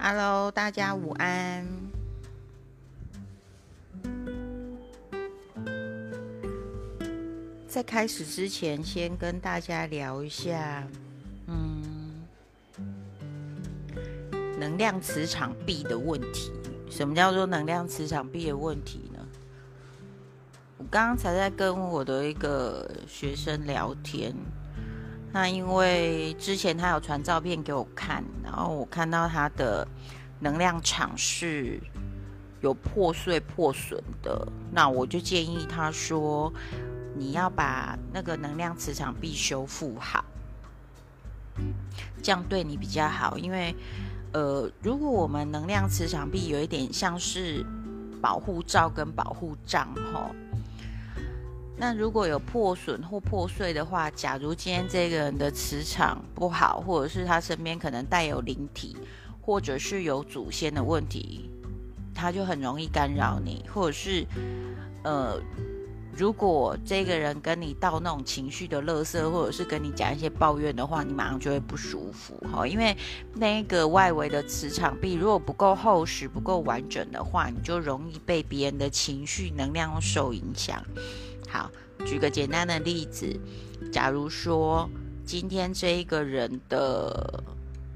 Hello，大家午安。在开始之前，先跟大家聊一下，能量磁场壁的问题。什么叫做能量磁场壁的问题呢？我刚刚才在跟我的一个学生聊天，那因为之前他有传照片给我看，然后我看到他的能量场是有破碎破损的，那我就建议他说，你要把那个能量磁场壁修复好，这样对你比较好。因为如果我们能量磁场壁有一点像是保护罩跟保护帐那如果有破损或破碎的话，假如今天这个人的磁场不好，或者是他身边可能带有灵体，或者是有祖先的问题，他就很容易干扰你。或者是如果这个人跟你倒那种情绪的垃圾，或者是跟你讲一些抱怨的话，你马上就会不舒服因为那个外围的磁场壁如果不够厚实、不够完整的话，你就容易被别人的情绪能量受影响。好，举个简单的例子，假如说今天这一个人的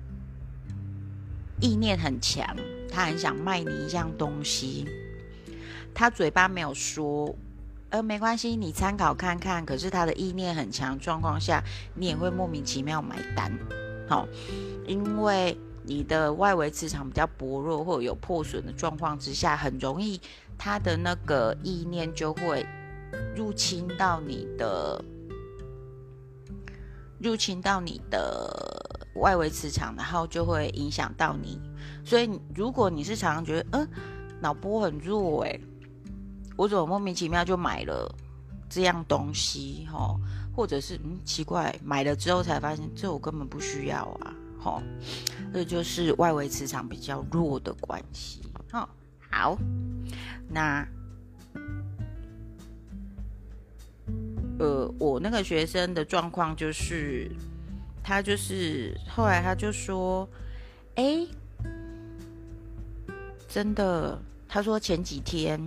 意念很强，他很想卖你一样东西，他嘴巴没有说没关系，你参考看看，可是他的意念很强状况下，你也会莫名其妙买单因为你的外围磁场比较薄弱或者有破损的状况之下，很容易他的那个意念就会入侵到你的外围磁场，然后就会影响到你。所以如果你是常常觉得脑波很弱我怎么莫名其妙就买了这样东西或者是奇怪，买了之后才发现这我根本不需要这就是外围磁场比较弱的关系好，那我那个学生的状况就是，他就是后来他就说，真的，他说前几天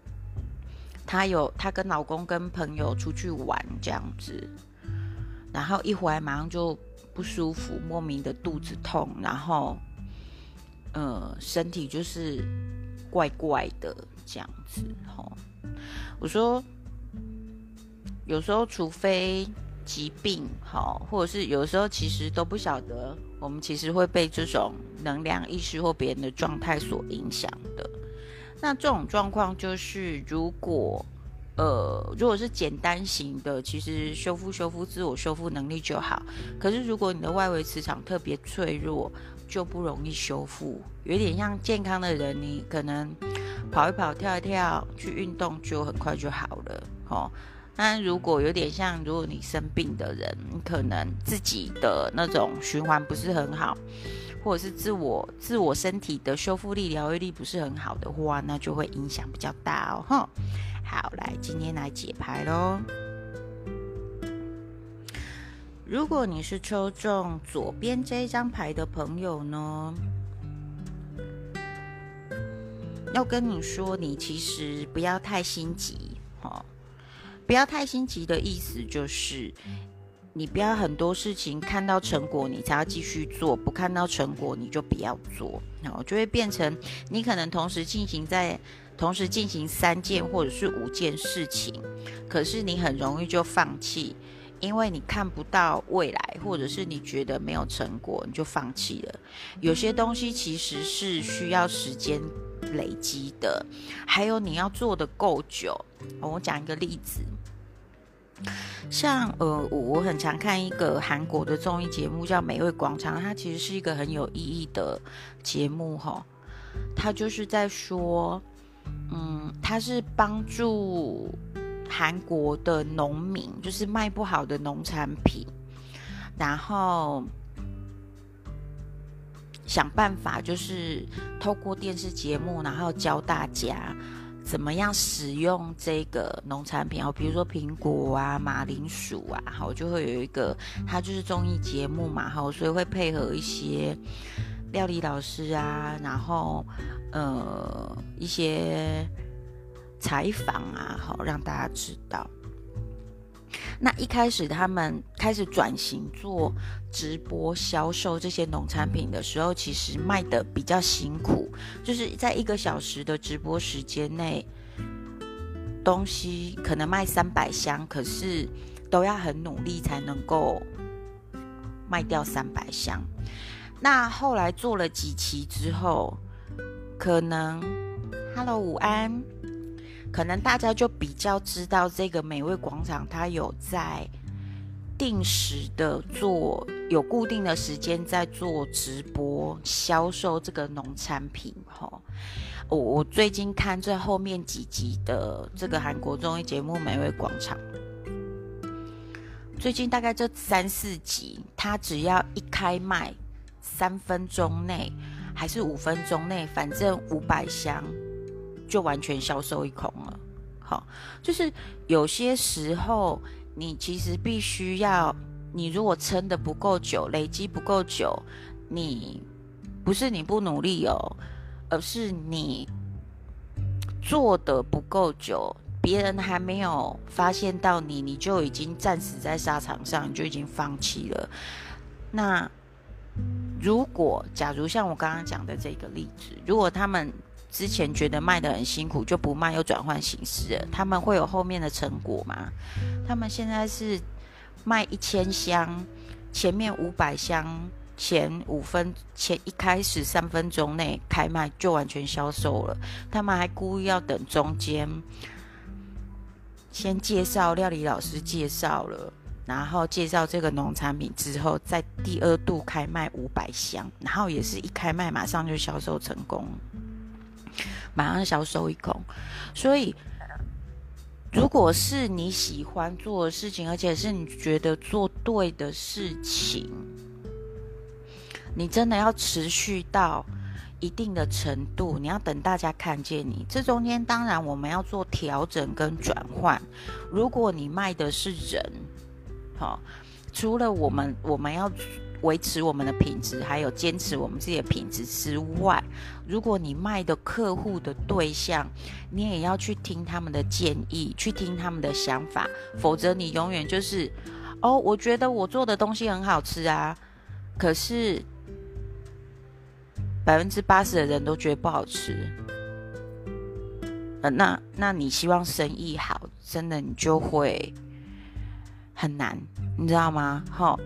他跟老公跟朋友出去玩这样子，然后一回来马上就不舒服，莫名的肚子痛，然后身体就是怪怪的这样子我说有时候除非疾病或者是有时候其实都不晓得，我们其实会被这种能量意识或别人的状态所影响的。那这种状况就是如果是简单型的，其实修复自我修复能力就好。可是如果你的外围磁场特别脆弱，就不容易修复。有点像健康的人，你可能跑一跑、跳一跳、去运动，就很快就好了但如果有点像，如果你生病的人，你可能自己的那种循环不是很好，或者是自我身体的修复力、疗愈力不是很好的话，那就会影响比较大好，来，今天来解牌咯。如果你是抽中左边这一张牌的朋友呢，要跟你说，你其实不要太心急不要太心急的意思就是，你不要很多事情看到成果你才要继续做，不看到成果你就不要做就会变成你可能同时进行3件或者是5件事情，可是你很容易就放弃，因为你看不到未来，或者是你觉得没有成果你就放弃了。有些东西其实是需要时间累积的，还有你要做的够久我讲一个例子，像我很常看一个韩国的综艺节目叫《美味广场》，它其实是一个很有意义的节目它就是在说它是帮助韩国的农民，就是卖不好的农产品，然后想办法就是透过电视节目，然后教大家怎么样使用这个农产品比如说苹果马铃薯就会有一个，它就是综艺节目嘛所以会配合一些料理老师啊，然后一些采访啊，好让大家知道。那一开始他们开始转型做直播销售这些农产品的时候，其实卖的比较辛苦，就是在1个小时的直播时间内，东西可能卖300箱，可是都要很努力才能够卖掉300箱。那后来做了几期之后，可能 Hello 午安，可能大家就比较知道这个美味广场它有在定时的做，有固定的时间在做直播销售这个农产品。我最近看这后面几集的这个韩国综艺节目美味广场，最近大概这3-4集，它只要一开卖3分钟内还是5分钟内，反正500箱就完全销售一空了。好，就是有些时候你其实必须要，你如果撑得不够久，累积不够久，你不是你不努力哦，而是你做得不够久，别人还没有发现到你就已经战死在沙场上，你就已经放弃了。那假如像我刚刚讲的这个例子，如果他们之前觉得卖得很辛苦就不卖，又转换形式了，他们会有后面的成果吗？他们现在是卖1000箱，前面500箱前一开始3分钟内开卖就完全销售了，他们还故意要等中间先介绍料理老师介绍了，然后介绍这个农产品之后，再第2度开卖500箱，然后也是一开卖马上就销售成功，马上销售一空。所以如果是你喜欢做的事情，而且是你觉得做对的事情，你真的要持续到一定的程度，你要等大家看见你。这中间当然我们要做调整跟转换。如果你卖的是人，除了我们要维持我们的品质，还有坚持我们自己的品质之外，如果你卖的客户的对象，你也要去听他们的建议，去听他们的想法，否则你永远就是我觉得我做的东西很好吃啊，可是80%的人都觉得不好吃。那你希望生意好，真的你就会很难，你知道吗？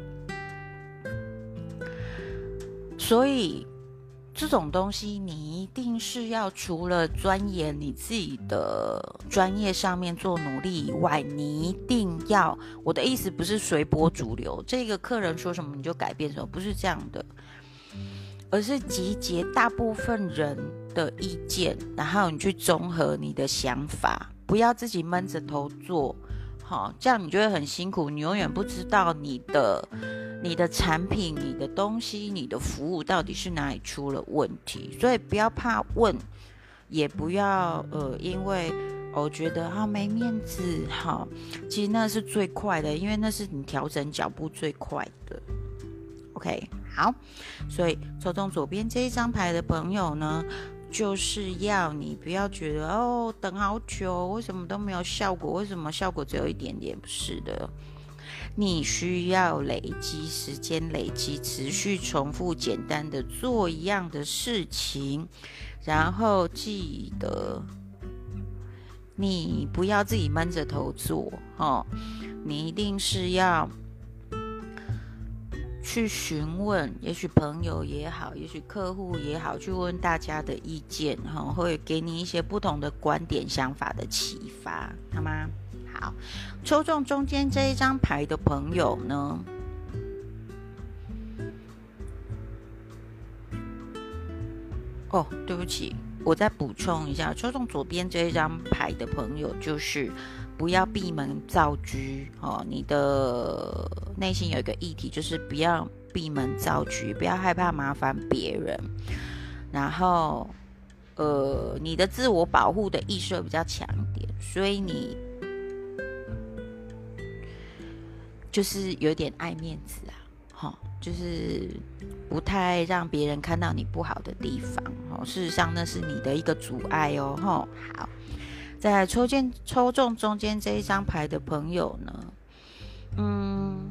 所以这种东西你一定是要除了钻研你自己的专业上面做努力以外，你一定要，我的意思不是随波逐流，这个客人说什么你就改变什么，不是这样的，而是集结大部分人的意见，然后你去综合你的想法，不要自己闷着头做，这样你就会很辛苦，你永远不知道你的产品、你的东西、你的服务到底是哪里出了问题。所以不要怕问，也不要因为我觉得没面子，其实那是最快的，因为那是你调整脚步最快的。OK， 好，所以抽中左边这一张牌的朋友呢，就是要你不要觉得等好久，为什么都没有效果？为什么效果只有一点点？不是的，你需要累积时间，累积持续重复简单的做一样的事情，然后记得你不要自己闷着头做，你一定是要去询问，也许朋友也好，也许客户也好，去问大家的意见，会给你一些不同的观点、想法的启发，好吗？好，抽中中间这一张牌的朋友呢，对不起，我再补充一下，抽中左边这一张牌的朋友就是不要闭门造车，你的内心有一个议题，就是不要闭门造车，不要害怕麻烦别人，然后你的自我保护的意识会比较强一点，所以你就是有点爱面子啊， 就是不太让别人看到你不好的地方哦。事实上，那是你的一个阻碍哦。好，再来抽中中间这一张牌的朋友呢，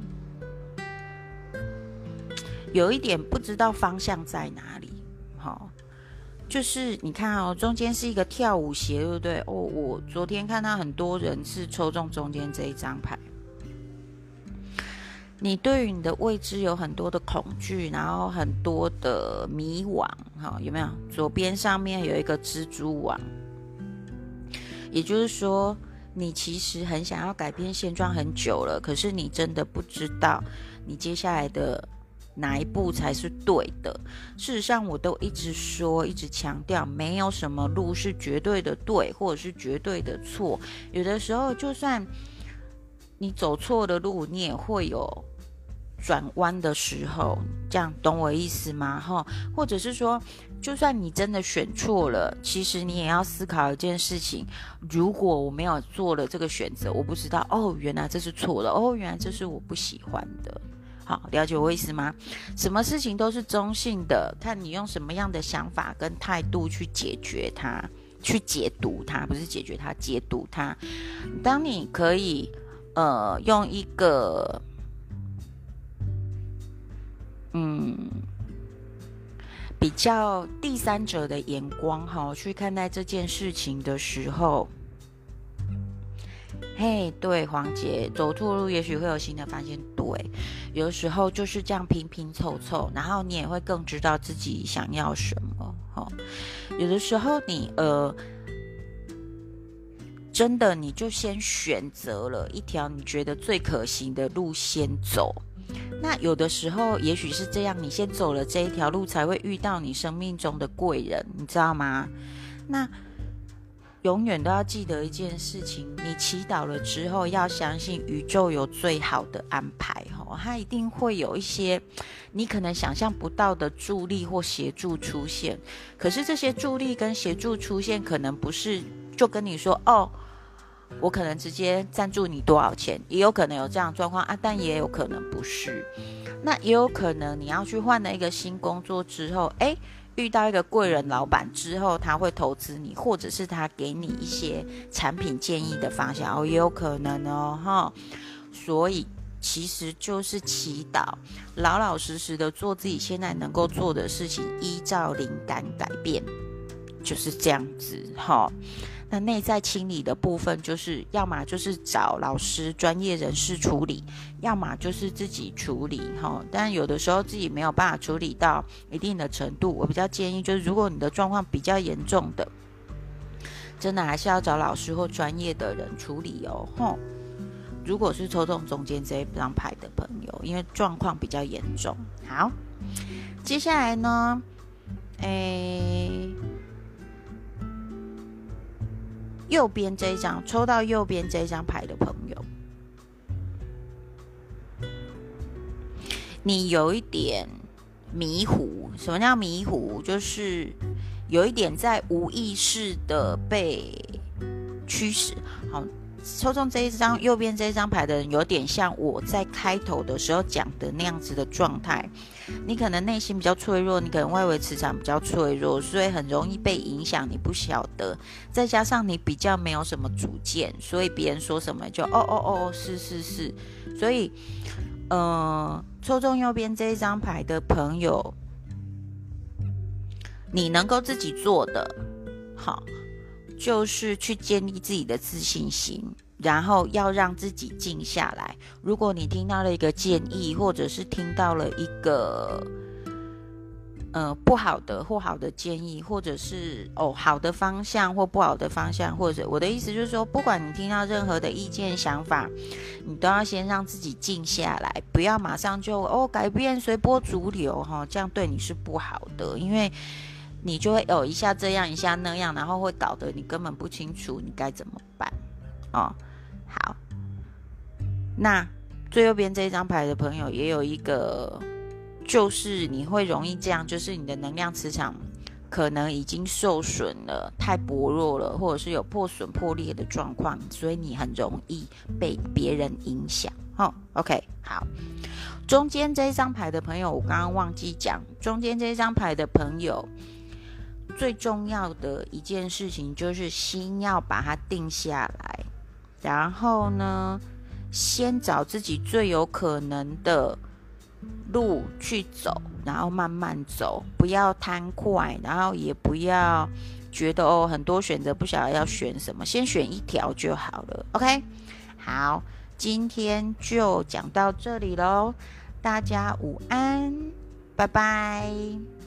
有一点不知道方向在哪里。好，就是你看哦，中间是一个跳舞鞋，对不对？哦，我昨天看到很多人是抽中中间这一张牌。你对于你的未知有很多的恐惧，然后很多的迷惘，有没有？左边上面有一个蜘蛛网，也就是说，你其实很想要改变现状很久了，可是你真的不知道你接下来的哪一步才是对的。事实上，我都一直说，一直强调，没有什么路是绝对的对，或者是绝对的错。有的时候，就算你走错的路，你也会有转弯的时候，这样懂我意思吗？或者是说，就算你真的选错了，其实你也要思考一件事情：如果我没有做了这个选择，我不知道原来这是错的，原来这是我不喜欢的。好，了解我意思吗？什么事情都是中性的，看你用什么样的想法跟态度去解决它，去解读它，不是解决它，解读它。当你可以用一个比较第三者的眼光去看待这件事情的时候，对，黄姐走错路也许会有新的发现。对，有的时候就是这样拼拼凑凑，然后你也会更知道自己想要什么。有的时候你真的你就先选择了一条你觉得最可行的路先走。那有的时候也许是这样，你先走了这一条路，才会遇到你生命中的贵人，你知道吗？那永远都要记得一件事情，你祈祷了之后，要相信宇宙有最好的安排，它一定会有一些你可能想象不到的助力或协助出现。可是这些助力跟协助出现，可能不是就跟你说我可能直接赞助你多少钱，也有可能有这样的状况但也有可能不是。那也有可能你要去换了一个新工作之后，遇到一个贵人老板之后，他会投资你，或者是他给你一些产品建议的方向也有可能所以其实就是祈祷，老老实实的做自己现在能够做的事情，依照灵感改变，就是这样子那内在清理的部分，就是要么就是找老师专业人士处理，要么就是自己处理但有的时候自己没有办法处理到一定的程度，我比较建议就是如果你的状况比较严重的，真的还是要找老师或专业的人处理如果是抽中中间这一张牌的朋友，因为状况比较严重。好，接下来呢右边这一张，抽到右边这一张牌的朋友，你有一点迷糊。什么叫迷糊？就是有一点在无意识的被驱使。好，抽中这一张右边这一张牌的人，有点像我在开头的时候讲的那样子的状态。你可能内心比较脆弱，你可能外围磁场比较脆弱，所以很容易被影响，你不晓得。再加上你比较没有什么主见，所以别人说什么就是。所以抽中右边这一张牌的朋友，你能够自己做的就是去建立自己的自信心，然后要让自己静下来。如果你听到了一个建议，或者是听到了一个不好的或好的建议，或者是好的方向或不好的方向，或者我的意思就是说，不管你听到任何的意见想法，你都要先让自己静下来，不要马上就改变随波逐流这样对你是不好的，因为你就会一下这样一下那样，然后会搞得你根本不清楚你该怎么办好，那最右边这一张牌的朋友也有一个，就是你会容易这样，就是你的能量磁场可能已经受损了，太薄弱了，或者是有破损破裂的状况，所以你很容易被别人影响OK， 好， 中间这一张牌的朋友，我刚刚忘记讲，中间这一张牌的朋友，最重要的一件事情就是心要把它定下来，然后呢，先找自己最有可能的路去走，然后慢慢走，不要贪快，然后也不要觉得很多选择不晓得要选什么，先选一条就好了。OK， 好，今天就讲到这里咯，大家午安，拜拜。